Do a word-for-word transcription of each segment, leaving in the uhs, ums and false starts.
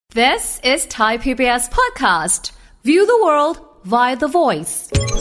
This is Thai พี บี เอส podcast. View the world via the voice.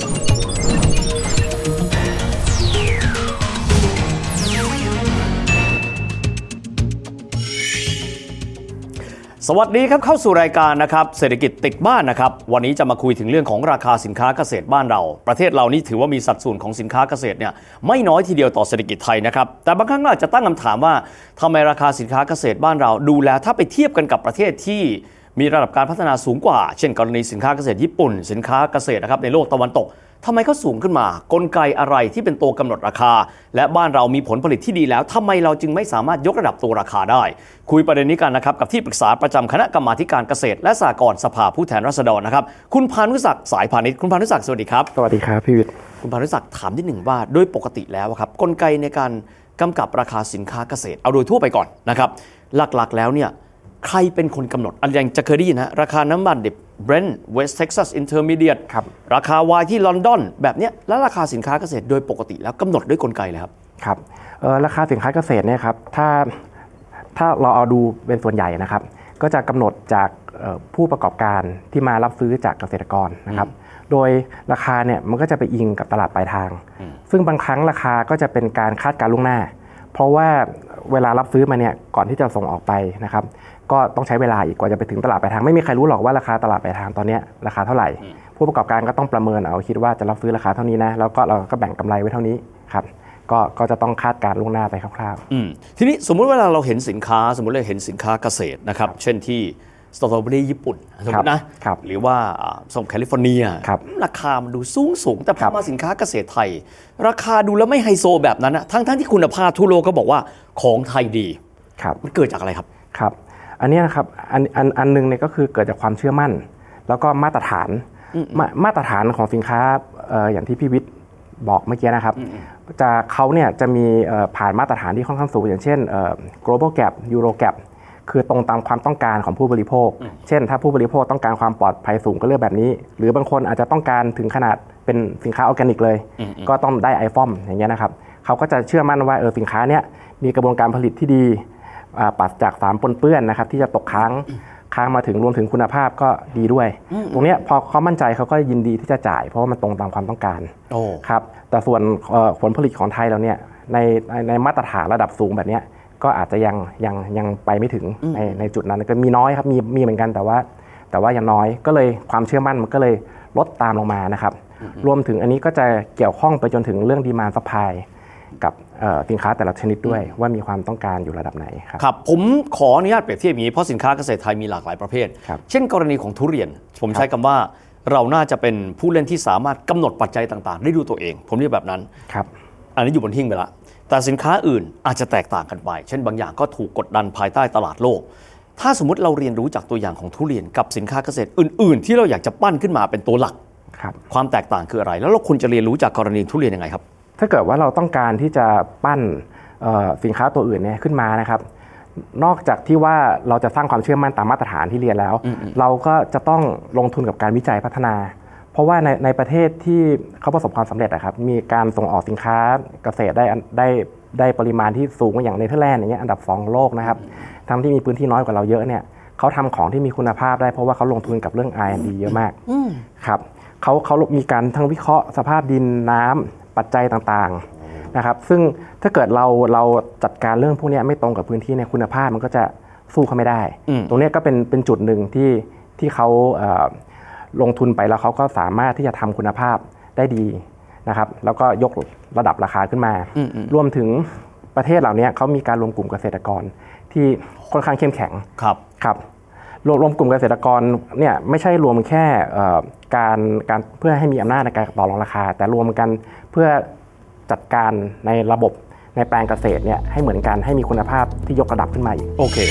สวัสดีครับเข้าสู่รายการนะครับเศรษฐกิจติดบ้านนะครับวันนี้จะมาคุยถึงเรื่องของราคาสินค้าเกษตรบ้านเราประเทศเรานี่ถือว่ามีสัดส่วนของสินค้าเกษตรเนี่ยไม่น้อยทีเดียวต่อเศรษฐกิจไทยนะครับแต่บางครั้งเราอาจจะตั้งคำถามว่าทำไมราคาสินค้าเกษตรบ้านเราดูแล้วถ้าไปเทียบกันกับประเทศที่มีระดับการพัฒนาสูงกว่าเช่นกรณีสินค้าเกษตรญี่ปุ่นสินค้าเกษตรนะครับในโลกตะวันตกทำไมเขาสูงขึ้นมากลไกอะไรที่เป็นตัวกำหนดราคาและบ้านเรามีผลผลิตที่ดีแล้วทำไมเราจึงไม่สามารถยกระดับตัวราคาได้คุยประเด็นนี้กันนะครับกับที่ปรึกษาประจำคณะกรรมาธิการเกษตรและสหกรณ์สภาผู้แทนราษฎรนะครับคุณพานุศักดิ์สายพาณิชย์คุณพานุศักดิ์สวัสดีครับสวัสดีครับพี่วิทย์คุณพานุศักดิ์ถามนิดหนึ่งว่าโดยปกติแล้วครับกลไกในการกำกับราคาสินค้าเกษตรเอาโดยทั่วไปก่อนนะครับหลักๆแล้วเนี่ยใครเป็นคนกำหนดอันยังจะเคยได้ยินนะราคาน้ำมันดิบ Brent West Texas Intermediate ครับราคาไวน์ที่ลอนดอนแบบเนี้ยและราคาสินค้าเกษตรโดยปกติแล้วกำหนดด้วยกลไกเลยครับครับเอ่อราคาสินค้าเกษตรเนี่ยครับถ้าถ้าเราเอาดูเป็นส่วนใหญ่นะครับก็จะกำหนดจากผู้ประกอบการที่มารับซื้อจากเกษตรกรนะครับโดยราคาเนี่ยมันก็จะไปอิงกับตลาดปลายทางซึ่งบางครั้งราคาก็จะเป็นการคาดการณ์ล่วงหน้าเพราะว่าเวลารับซื้อมาเนี่ยก่อนที่จะส่งออกไปนะครับก็ต้องใช้เวลาอีกกว่าจะไปถึงตลาดปลายทางไม่มีใครรู้หรอกว่าราคาตลาดปลายทางตอนนี้ราคาเท่าไหร่ผู้ประกอบการก็ต้องประเมินเอาคิดว่าจะรับซื้อราคาเท่านี้นะแล้วก็เราก็แบ่งกำไรไว้เท่านี้ครับก็ก็จะต้องคาดการณ์ล่วงหน้าไปคร่าวๆอืมทีนี้สมมุติเวลาเราเห็นสินค้าสมมุติเราเห็นสินค้าเกษตรนะครับเช่นที่สตรอเบอรี่ญี่ปุ่นสมมตินะหรือว่าส้มแคลิฟอร์เนียราคามันดูสูงสูงแต่พอมาสินค้าเกษตรไทยราคาดูแล้วไม่ไฮโซแบบนั้นนะทั้งทั้งที่คุณภาพทั่วโลกก็บอกว่าของไทยดีมันเกิดจากอะไรครับครับอันนี้นะครับอันอันอันนึงเนี่ยก็คือเกิดจากความเชื่อมั่นแล้วก็มาตรฐานมามาตรฐานของสินค้าเอ่ออย่างที่พี่วิทย์บอกเมื่อกี้นะครับจะเขาเนี่ยจะมีผ่านมาตรฐานที่ค่อนข้างสูงอย่างเช่นเอ่อ global gap euro gap คือตรงตามความต้องการของผู้บริโภคเช่นถ้าผู้บริโภคต้องการความปลอดภัยสูงก็เลือกแบบนี้หรือบางคนอาจจะต้องการถึงขนาดเป็นสินค้าออร์แกนิกเลยก็ต้องได้ ไอ เอฟ โอ เอ็ม อย่างเงี้ยนะครับเขาก็จะเชื่อมั่นว่าเออสินค้าเนี้ยมีกระบวนการผลิตที่ดีปราศจากสารปนเปื้อนนะครับที่จะตกค้างค้างมาถึงรวมถึงคุณภาพก็ดีด้วยตรงนี้พอเขามั่นใจเขาก็ยินดีที่จะจ่ายเพราะว่ามันตรงตามความต้องการครับแต่ส่วนผลผลิตของไทยเราเนี่ยในในมาตรฐานระดับสูงแบบนี้ก็อาจจะยังยังยังไปไม่ถึงในในจุดนั้นก็มีน้อยครับมีมีเหมือนกันแต่ว่าแต่ว่ายังน้อยก็เลยความเชื่อมั่นมันก็เลยลดตามลงมานะครับรวมถึงอันนี้ก็จะเกี่ยวข้องไปจนถึงเรื่องดีมานด์ซัพพลายกับสินค้าแต่ละชนิดด้วยว่ามีความต้องการอยู่ระดับไหนครับครับผมขออนุญาตเปรียบเทียบอย่างนี้เพราะสินค้าเกษตรไทยมีหลากหลายประเภทเช่นกรณีของทุเรียนผมใช้คำว่าเราน่าจะเป็นผู้เล่นที่สามารถกำหนดปัจจัยต่างๆได้ดูตัวเองผมเรียกแบบนั้นครับอันนี้อยู่บนหิ้งไปละแต่สินค้าอื่นอาจจะแตกต่างกันไปเช่นบางอย่างก็ถูกกดดันภายใต้ตลาดโลกถ้าสมมติเราเรียนรู้จากตัวอย่างของทุเรียนกับสินค้าเกษตรอื่นๆที่เราอยากจะปั้นขึ้นมาเป็นตัวหลักความแตกต่างคืออะไรแล้วเราควรจะเรียนรู้จากกรณีทุเรียนยังไงครับถ้าเกิดว่าเราต้องการที่จะปั้นสินค้าตัวอื่นเนี่ยขึ้นมานะครับนอกจากที่ว่าเราจะสร้างความเชื่อมั่นตามมาตรฐานที่เรียนแล้วเราก็จะต้องลงทุนกับการวิจัยพัฒนาเพราะว่าในในประเทศที่เขาประสบความสำเร็จนะครับมีการส่งออกสินค้าเกษตรได้ได้ได้ปริมาณที่สูงอย่างเนเธอร์แลนด์อย่างเงี้ยอันดับสองของโลกนะครับทั้งที่มีพื้นที่น้อยกว่าเราเยอะเนี่ยเขาทำของที่มีคุณภาพได้เพราะว่าเขาลงทุนกับเรื่อง อาร์ แอนด์ ดี เยอะมากครับเขาเขามีการทั้งวิเคราะห์สภาพดินน้ำปัจจัยต่างๆนะครับซึ่งถ้าเกิดเราเราจัดการเรื่องพวกนี้ไม่ตรงกับพื้นที่ในคุณภาพมันก็จะสู้เขาไม่ได้ตรงนี้ก็เป็นเป็นจุดหนึ่งที่ที่เขาลงทุนไปแล้วเขาก็สามารถที่จะทำคุณภาพได้ดีนะครับแล้วก็ยกระดับราคาขึ้นมารวมถึงประเทศเหล่านี้เขามีการรวมกลุ่มเกษตรกรที่ค่อนข้างเข้มแข็งครับครับรวมรวมกลุ่มเกษตรกรเนี่ยไม่ใช่รวมแค่การการเพื่อให้มีอำนาจในการต่อรองราคาแต่รวมกันเพื่อจัดการในระบบในแปลงเกษตรเนี่ยให้เหมือนกันให้มีคุณภาพที่ยกระดับขึ้นมาอีกโอเค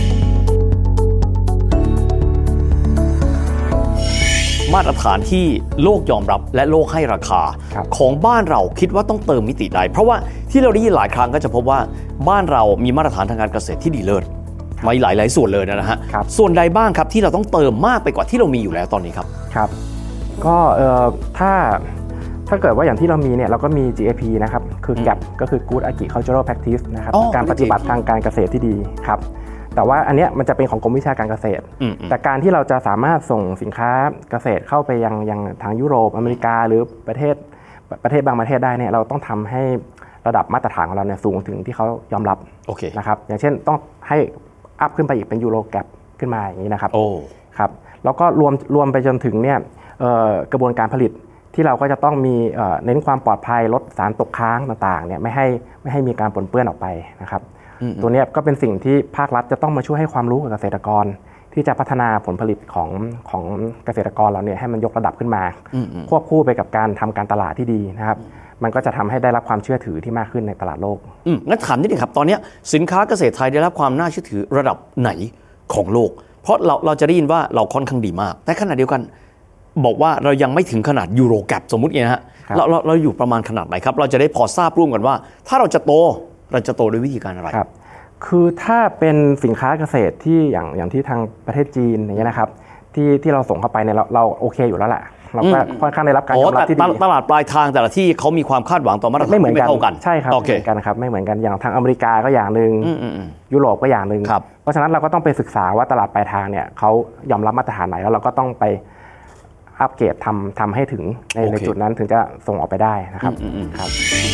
มาตรฐานที่โลกยอมรับและโลกให้ราคาของบ้านเราคิดว่าต้องเติมมิติใดเพราะว่าที่เราได้ยินหลายครั้งก็จะพบว่าบ้านเรามีมาตรฐานทางการเกษตรที่ดีเลิศมาหลายหลายส่วนเลยนะฮะส่วนใดบ้างครับที่เราต้องเติมมากไปกว่าที่เรามีอยู่แล้วตอนนี้ครับครับก็เอ่อถ้าถ้าเกิดว่าอย่างที่เรามีเนี่ยเราก็มี จี เอ พี นะครับคือ จี เอ พี ก็คือ Good Agricultural Practice นะครับการปฏิบัติทางการเกษตรที่ดีครับแต่ว่าอันเนี้ยมันจะเป็นของกรมวิชาการเกษตรแต่การที่เราจะสามารถส่งสินค้าเกษตรเข้าไปยังยังทางยุโรปอเมริกาหรือประเทศประเทศบางประเทศได้เนี่ยเราต้องทำให้ระดับมาตรฐานของเราเนี่ยสูงถึงที่เขายอมรับ okay. นะครับอย่างเช่นต้องให้อัพขึ้นไปอีกเป็นยูโรแกรปขึ้นมาอย่างนี้นะครับโอ้ครับแล้วก็รวมรวมไปจนถึงเนี่ยกระบวนการผลิตที่เราก็จะต้องมีเน้นความปลอดภัยลดสารตกค้างต่างๆเนี่ยไม่ให้ไม่ให้มีการปนเปื้อนออกไปนะครับตัวนี้ก็เป็นสิ่งที่ภาครัฐจะต้องมาช่วยให้ความรู้กับเกษตรกรที่จะพัฒนาผลผลิตของของเกษตรกรเราเนี่ยให้มันยกระดับขึ้นมาควบคู่ไปกับการทำการตลาดที่ดีนะครับมันก็จะทำให้ได้รับความเชื่อถือที่มากขึ้นในตลาดโลกอืมงั้นถามนิดนึงครับตอนนี้สินค้าเกษตรไทยได้รับความน่าเชื่อถือระดับไหนของโลกเพราะเราเราจะได้ยินว่าเราค่อนข้างดีมากแต่ขณะเดียวกันบอกว่าเรายังไม่ถึงขนาดยูโรแกปสมมุติเนี่ยนะฮะเราเราเราอยู่ประมาณขนาดไหนครับเราจะได้พอทราบร่วมกันว่าถ้าเราจะโตเราจะโตด้วยวิธีการอะไรครับคือถ้าเป็นสินค้าเกษตรที่อย่างอย่างที่ทางประเทศจีนอย่างเงี้ยนะครับที่ที่เราส่งเข้าไปเนี่ยเราเราโอเคอยู่แล้วแหละเราก็ค่อนข้างได้รับการยอมรับที่ดีตลาดปลายทางแต่ละที่เขามีความคาดหวังต่อมาตรฐานไม่เท่ากันใช่ครับไม่เหมือนกันครับไม่เหมือนกันอย่างทางอเมริกาก็อย่างนึงยุโรปก็อย่างนึงเพราะฉะนั้นเราก็ต้องไปศึกษาว่าตลาดปลายทางเนี่ยเขายอมรับมาตรฐานไหนแล้วเราก็ต้องไปอัปเกรดทำทำให้ถึงในในจุดนั้นถึงจะส่งออกไปได้นะครับครับ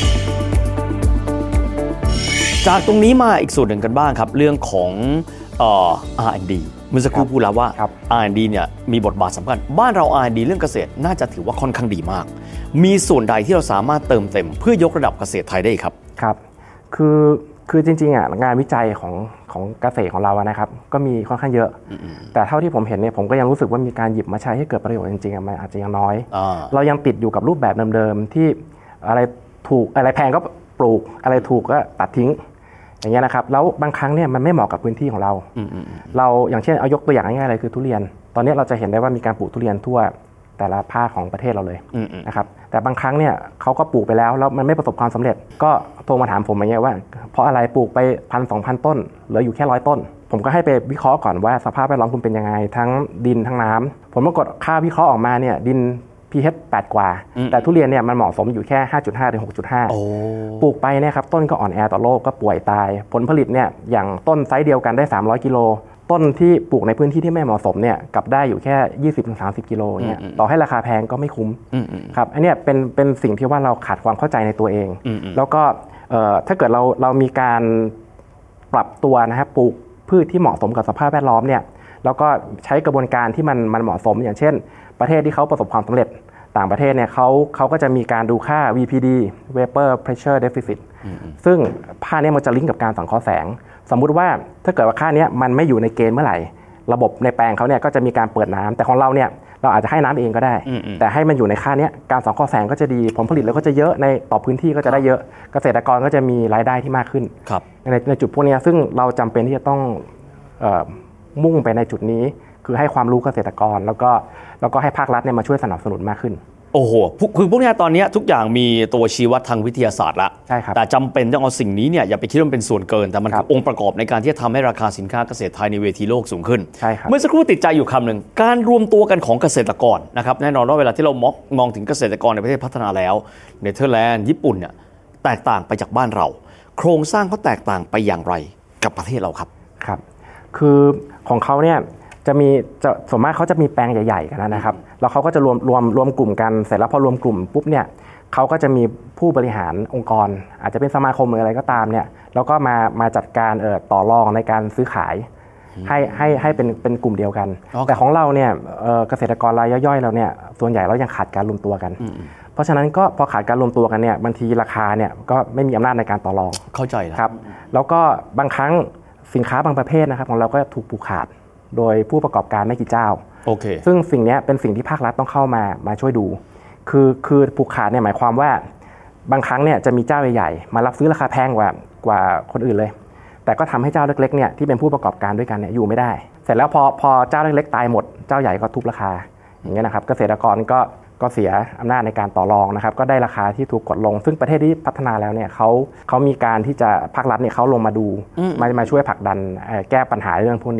จากตรงนี้มาอีกส่วนหนึ่งกันบ้างครับเรื่องของเอ่อ อาร์ แอนด์ ดี เมื่อสักครู่พูดแล้วว่า อาร์ แอนด์ ดี เนี่ยมีบทบาทสำคัญบ้านเรา อาร์ แอนด์ ดี เรื่องเกษตรน่าจะถือว่าค่อนข้างดีมากมีส่วนใดที่เราสามารถเติมเต็มเพื่อยกระดับเกษตรไทยได้ครับครับคือคือจริงๆอ่ะงานวิจัยของของเกษตรของเรานะครับก็มีค่อนข้างเยอะแต่เท่าที่ผมเห็นเนี่ยผมก็ยังรู้สึกว่ามีการหยิบมาใช้ให้เกิดประโยชน์จริงๆมันอาจจะยังน้อยเรายังติดอยู่กับรูปแบบเดิมๆที่อะไรถูกอะไรแพงก็ปลูกอะไรถูกก็ตัดทิ้งอย่างเงี้ยนะครับแล้วบางครั้งเนี่ยมันไม่เหมาะกับพื้นที่ของเราเราอย่างเช่นเอายกตัวอย่างง่ายๆเลยคือทุเรียนตอนนี้เราจะเห็นได้ว่ามีการปลูกทุเรียนทั่วแต่ละภาคของประเทศเราเลยนะครับแต่บางครั้งเนี่ยเขาก็ปลูกไปแล้วแล้วมันไม่ประสบความสำเร็จก็โทรมาถามผมอย่างเงี้ยว่าเพราะอะไรปลูกไปพันสองพันต้นเหลืออยู่แค่ร้อยต้นผมก็ให้ไปวิเคราะห์ก่อนว่าสภาพแวดล้อมคุณเป็นยังไงทั้งดินทั้งน้ำผมปรากฏค่าวิเคราะห์ออกมาเนี่ยดิน พี เอช แปดกว่าแต่ทุเรียนเนี่ยมันเหมาะสมอยู่แค่ ห้าจุดห้า ถึง หกจุดห้า ปลูกไปเนี่ยครับต้นก็อ่อนแอต่อโรคก็ป่วยตายผลผลิตเนี่ยอย่างต้นไซส์เดียวกันได้สามร้อยกิโลต้นที่ปลูกในพื้นที่ที่ไม่เหมาะสมเนี่ยกลับได้อยู่แค่ ยี่สิบถึงสามสิบ กิโลเนี่ยต่อให้ราคาแพงก็ไม่คุ้มครับอันนี้เป็นเป็นสิ่งที่ว่าเราขาดความเข้าใจในตัวเองแล้วก็ถ้าเกิดเราเรามีการปรับตัวนะครับปลูกพืชที่เหมาะสมกับสภาพแวดล้อมเนี่ยแล้วก็ใช้กระบวนการที่มันมันเหมาะสมอย่างเช่นประเทศที่เขาประสบความสำเร็จต่างประเทศเนี่ยเขาเขาก็จะมีการดูค่า วี พี ดี Vapor Pressure Deficit ซึ่งค่านี้มันจะลิงก์กับการสังเคราะห์แสงสมมุติว่าถ้าเกิดว่าค่านี้มันไม่อยู่ในเกณฑ์เมื่อไหร่ระบบในแปลงเขาเนี่ยก็จะมีการเปิดน้ำแต่ของเราเนี่ยเราอาจจะให้น้ำเองก็ได้แต่ให้มันอยู่ในค่านี้การสังเคราะห์แสงก็จะดีผลผลิตแล้วก็จะเยอะในต่อพื้นที่ก็จะได้เยอะเกษตรกรก็จะมีรายได้ที่มากขึ้นในในจุดพวกนี้ซึ่งเราจำเป็นที่จะต้องเอ่อมุ่งไปในจุดนี้คือให้ความรู้เกษตรกรแล้วก็แล้วก็ให้ภาครัฐเนี่ยมาช่วยสนับสนุนมากขึ้นโอ้โหคือพวกนี้ตอนนี้ทุกอย่างมีตัวชี้วัดทางวิทยาศาสตร์แล้วแต่จำเป็นต้องเอาสิ่งนี้เนี่ยอย่าไปคิดว่ามันเป็นส่วนเกินแต่มันคือองค์ประกอบในการที่จะทำให้ราคาสินค้าเกษตรไทยในเวทีโลกสูงขึ้นเมื่อสักครู่ติดใจอยู่คำหนึ่งการรวมตัวกันของเกษตรกรนะครับแน่นอนว่าเวลาที่เรามองมองถึงเกษตรกรในประเทศพัฒนาแล้วเนเธอร์แลนด์ญี่ปุ่นเนี่ยแตกต่างไปจากบ้านเราโครงสร้างเขาแตกต่างไปอย่างไรกับประเทศเราครับครับคือของเขาเนี่ยจะมีจะส่วนมากเขาจะมีแปลงใหญ่ๆกันนะครับแล้วเขาก็จะรวมรวมรวมกลุ่มกันเสร็จแล้วพอรวมกลุ่มปุ๊บเนี่ยเขาก็จะมีผู้บริหารองค์กรอาจจะเป็นสมาคมหรืออะไรก็ตามเนี่ยแล้วก็มามาจัดการเอ่อต่อรองในการซื้อขายให้ให้ให้เป็นเป็นกลุ่มเดียวกันแต่ของเราเนี่ยเอ่อเกษตรกรรายย่อยๆเราเนี่ยส่วนใหญ่เรายังขาดการรวมตัวกันเพราะฉะนั้นก็พอขาดการรวมตัวกันเนี่ยบางทีราคาเนี่ยก็ไม่มีอำนาจในการต่อรองเข้าใจครับแล้วก็บางครั้งสินค้าบางประเภทนะครับของเราก็ถูกผูกขาดโดยผู้ประกอบการไม่กี่เจ้าโอเคซึ่งสิ่งนี้เป็นสิ่งที่ภาครัฐต้องเข้ามามาช่วยดูคือคือผูกขาดเนี่ยหมายความว่าบางครั้งเนี่ยจะมีเจ้าใหญ่ๆมารับซื้อราคาแพงกว่ากว่าคนอื่นเลยแต่ก็ทำให้เจ้าเล็กๆเนี่ยที่เป็นผู้ประกอบการด้วยกันเนี่ยอยู่ไม่ได้เสร็จแล้วพอพอเจ้าเล็กๆตายหมดเจ้าใหญ่ก็ทุบราคาอย่างเงี้ยนะครับเกษตรกรก็ก็เสียอำนาจในการต่อรองนะครับก็ได้ราคาที่ถูกกดลงซึ่งประเทศที่พัฒนาแล้วเนี่ยเขาเขามีการที่จะภาครัฐเนี่ยเขาลงมาดูมามาช่วยผลักดันแก้ปัญหาเรื่องพวกนี้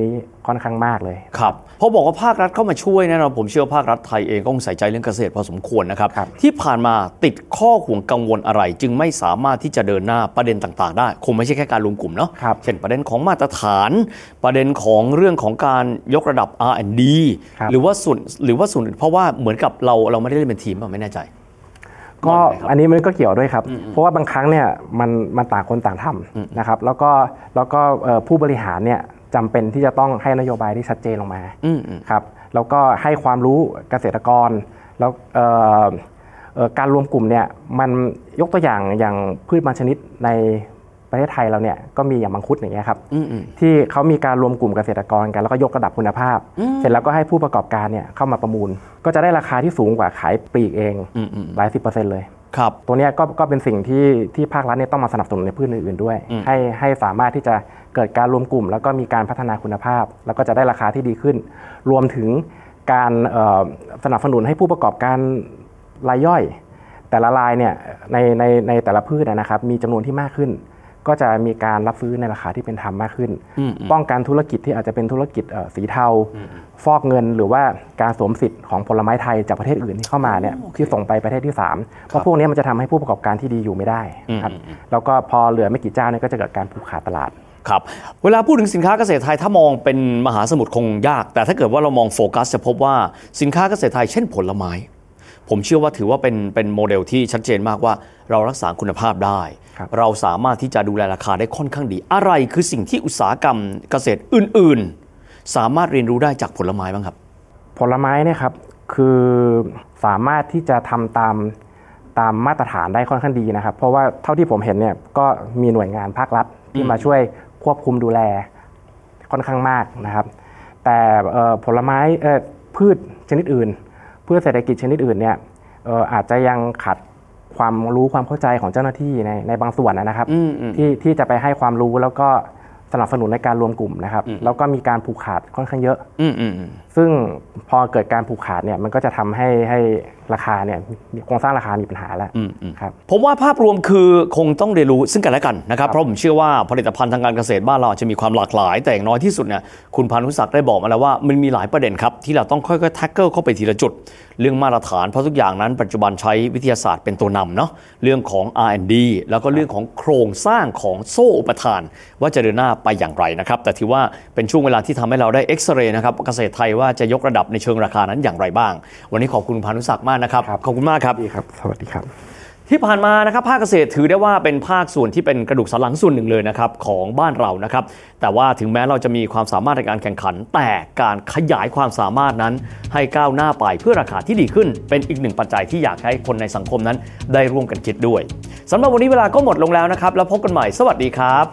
ค่อนข้างมากเลยครับพอบอกว่าภาครัฐเข้ามาช่วยแน่นอนผมเชื่อภาครัฐไทยเองก็คงใส่ใจเรื่องเกษตรพอสมควรนะครับที่ผ่านมาติดข้อห่วงกังวลอะไรจึงไม่สามารถที่จะเดินหน้าประเด็นต่างๆได้คงไม่ใช่แค่การรวมกลุ่มเนาะเช่นประเด็นของมาตรฐานประเด็นของเรื่องของการยกระดับ อาร์ แอนด์ ดี หรือว่าส่วนหรือว่าส่วนเพราะว่าเหมือนกับเราเราไม่ได้เล่นเป็นทีมไม่แน่ใจก็อันนี้มันก็เกี่ยวด้วยครับเพราะว่าบางครั้งเนี่ยมันมันต่างคนต่างทำนะครับแล้วก็แล้วก็ผู้บริหารเนี่ยจำเป็นที่จะต้องให้นโยบายที่ชัดเจนลงมาครับแล้วก็ให้ความรู้เกษตรกรแล้วการรวมกลุ่มเนี่ยมันยกตัวอย่างอย่างพืชบางชนิดในประเทศไทยเราเนี่ยก็มีอย่างมังคุดอย่างเงี้ยครับที่เขามีการรวมกลุ่มเกษตรกรกันแล้วก็ยกระดับคุณภาพเสร็จแล้วก็ให้ผู้ประกอบการเนี่ยเข้ามาประมูลก็จะได้ราคาที่สูงกว่าขายปลีกเองหลายสิบเปอร์เซ็นต์เลยครับตัวนี้ก็ก็เป็นสิ่งที่ที่ภาครัฐเนี่ยต้องมาสนับสนุนในพืชอื่นๆด้วยให้ให้สามารถที่จะเกิดการรวมกลุ่มแล้วก็มีการพัฒนาคุณภาพแล้วก็จะได้ราคาที่ดีขึ้นรวมถึงการสนับสนุนให้ผู้ประกอบการรายย่อยแต่ละรายเนี่ยในในในแต่ละพืชนะครับมีจำนวนที่มากขึ้นก็จะมีการรับซื้อในราคาที่เป็นธรรมมากขึ้นป้องกันธุรกิจที่อาจจะเป็นธุรกิจสีเทาฟอกเงินหรือว่าการสวมสิทธิ์ของผลไม้ไทยจากประเทศอื่นที่เข้ามาเนี่ยที่ส่งไปประเทศที่สามเพราะพวกนี้มันจะทำให้ผู้ประกอบการที่ดีอยู่ไม่ได้ครับแล้วก็พอเหลือไม่กี่เจ้าเนี่ยก็จะเกิดการผูกขาดตลาดครับเวลาพูดถึงสินค้าเกษตรไทยถ้ามองเป็นมหาสมุทรคงยากแต่ถ้าเกิดว่าเรามองโฟกัสจะพบว่าสินค้าเกษตรไทยเช่นผลไม้ผมเชื่อว่าถือว่าเป็นเป็นโมเดลที่ชัดเจนมากว่าเรารักษาคุณภาพได้เราสามารถที่จะดูแลราคาได้ค่อนข้างดีอะไรคือสิ่งที่อุตสาหกรรมเกษตรอื่นๆสามารถเรียนรู้ได้จากผลไม้บ้างครับผลไม้เนี่ยครับคือสามารถที่จะทำตามตามมาตรฐานได้ค่อนข้างดีนะครับเพราะว่าเท่าที่ผมเห็นเนี่ยก็มีหน่วยงานภาครัฐที่มาช่วยควบคุมดูแลค่อนข้างมากนะครับแต่ผลไม้พืชชนิดอื่นพืชเศรษฐกิจชนิดอื่นเนี่ยอาจจะยังขาดความรู้ความเข้าใจของเจ้าหน้าที่ในในบางส่วนนะครับที่ที่จะไปให้ความรู้แล้วก็สนับสนุนในการรวมกลุ่มนะครับแล้วก็มีการผูกขาดค่อนข้างเยอะซึ่งพอเกิดการผูกขาดเนี่ยมันก็จะทำให้ให้ราคาเนี่ยโครงสร้างราคามีปัญหาแล้วครับผมว่าภาพรวมคือคงต้องเรียนรู้ซึ่งกันและกันนะครับเพราะผมเชื่อว่าผลิตภัณฑ์ทางการเกษตรบ้านเราจะมีความหลากหลายแต่อย่างน้อยที่สุดเนี่ยคุณพานุศักดิ์ได้บอกมาแล้วว่ามันมีหลายประเด็นครับที่เราต้องค่อยๆแท็กเกิลเข้าไปทีละจุดเรื่องมาตรฐานเพราะทุกอย่างนั้นปัจจุบันใช้วิทยาศาสตร์เป็นตัวนำเนาะเรื่องของ อาร์ แอนด์ ดี แล้วก็เรื่องของโครงสร้างของโซ่อุปทานว่าจะเดินหน้าไปอย่างไรนะครับแต่ถือว่าเป็นช่วงเวลาที่ทำให้เราได้เอ็กซเรย์นะครับเกษตรไทยว่าจะยกระดับในเชิงราคานั้นอย่างไรบ้างวันนี้ขอบคุณพานุศักดิ์มากนะครับขอบคุณมากครับครับสวัสดีครับที่ผ่านมานะครับภาคเกษตรถือได้ว่าเป็นภาคส่วนที่เป็นกระดูกสันหลังส่วนหนึ่งเลยนะครับของบ้านเรานะครับแต่ว่าถึงแม้เราจะมีความสามารถในการแข่งขันแต่การขยายความสามารถนั้นให้ก้าวหน้าไปเพื่อราคาที่ดีขึ้นเป็นอีกหนึ่งปัจจัยที่อยากให้คนในสังคมนั้นได้ร่วมกันคิดด้วยสำหรับวันนี้เวลาก็หมดลงแล้วนะครับแล้วพบกันใหม่สวัสดีครับ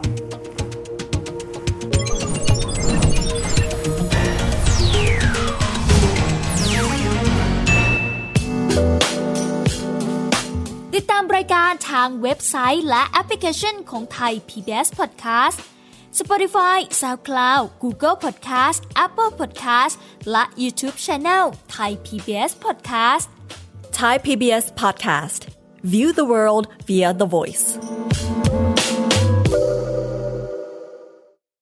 ติดตามรายการทางเว็บไซต์และแอปพลิเคชันของไทย พี บี เอส Podcast Spotify SoundCloud Google Podcast Apple Podcast และ YouTube Channel Thai พี บี เอส Podcast Thai พี บี เอส Podcast View the world via the voice